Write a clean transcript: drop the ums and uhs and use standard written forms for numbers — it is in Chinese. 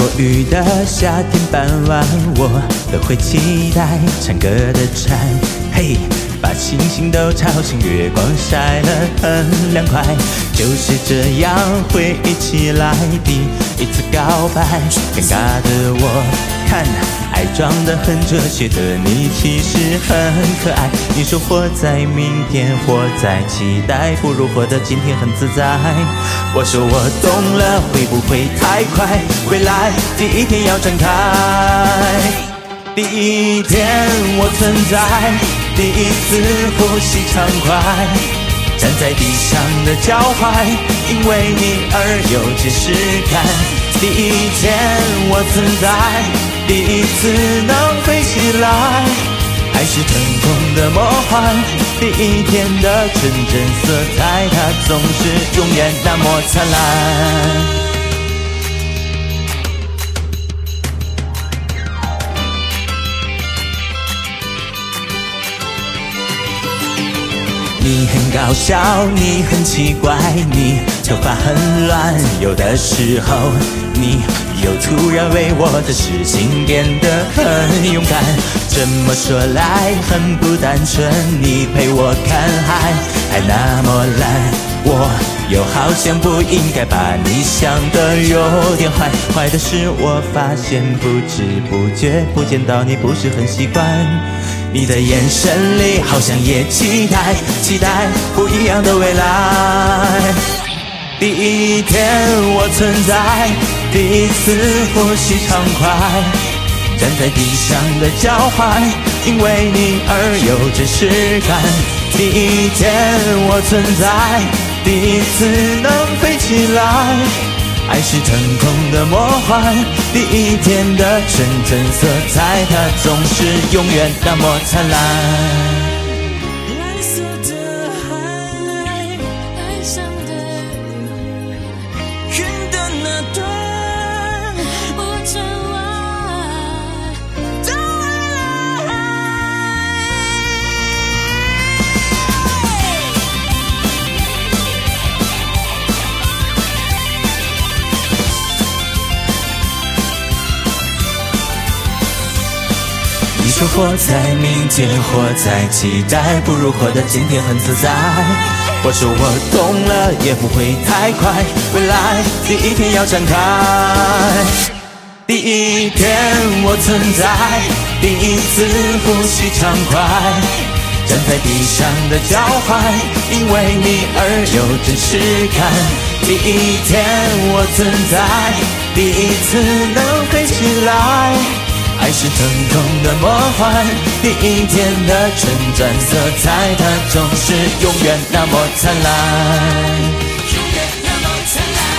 过雨的夏天傍晚，我都会期待唱歌的蝉，嘿，把星星都吵醒，月光晒了很凉快。就是这样回忆起来第一次告白，尴尬的我看爱装得很哲学的你其实很可爱。你说活在明天，活在期待，不如活得今天很自在。我说我懂了，会不会太快？未来第一天要展开。第一天我存在，第一次呼吸畅快，站在地上的脚踝，因为你而有即视感。第一天我存在，第一次能飞起来，爱是腾空的魔幻。第一天的纯真色彩，它总是永远那么灿烂。你很搞笑，你很奇怪，你头发很乱，有的时候你又突然为我的事情变得很勇敢。这么说来很不单纯，你陪我看海还那么蓝，我又好像不应该把你想得有点坏。坏的是我发现不知不觉不见到你不是很习惯，你的眼神里好像也期待不一样的未来。第一天我存在，第一次呼吸畅快，站在地上的脚踝，因为你而有真实感。第一天我存在，第一次能飞起来，爱是腾空的魔幻。第一天的纯真色彩，它总是永远那么灿烂。 蓝色的海，爱上的鱼，云的那端，我展望的未来。 你说活在明天，活在期待，不如活得今天很自在。我说我懂了，也不会太快，未来第一天要展开。第一天我存在，第一次呼吸畅快，站在地上的脚踝，因为你而有真实感。第一天我存在，第一次能飞起来，爱是腾空的魔幻。第一天的纯真色彩，它总是永远那么灿烂， 永远那么灿烂。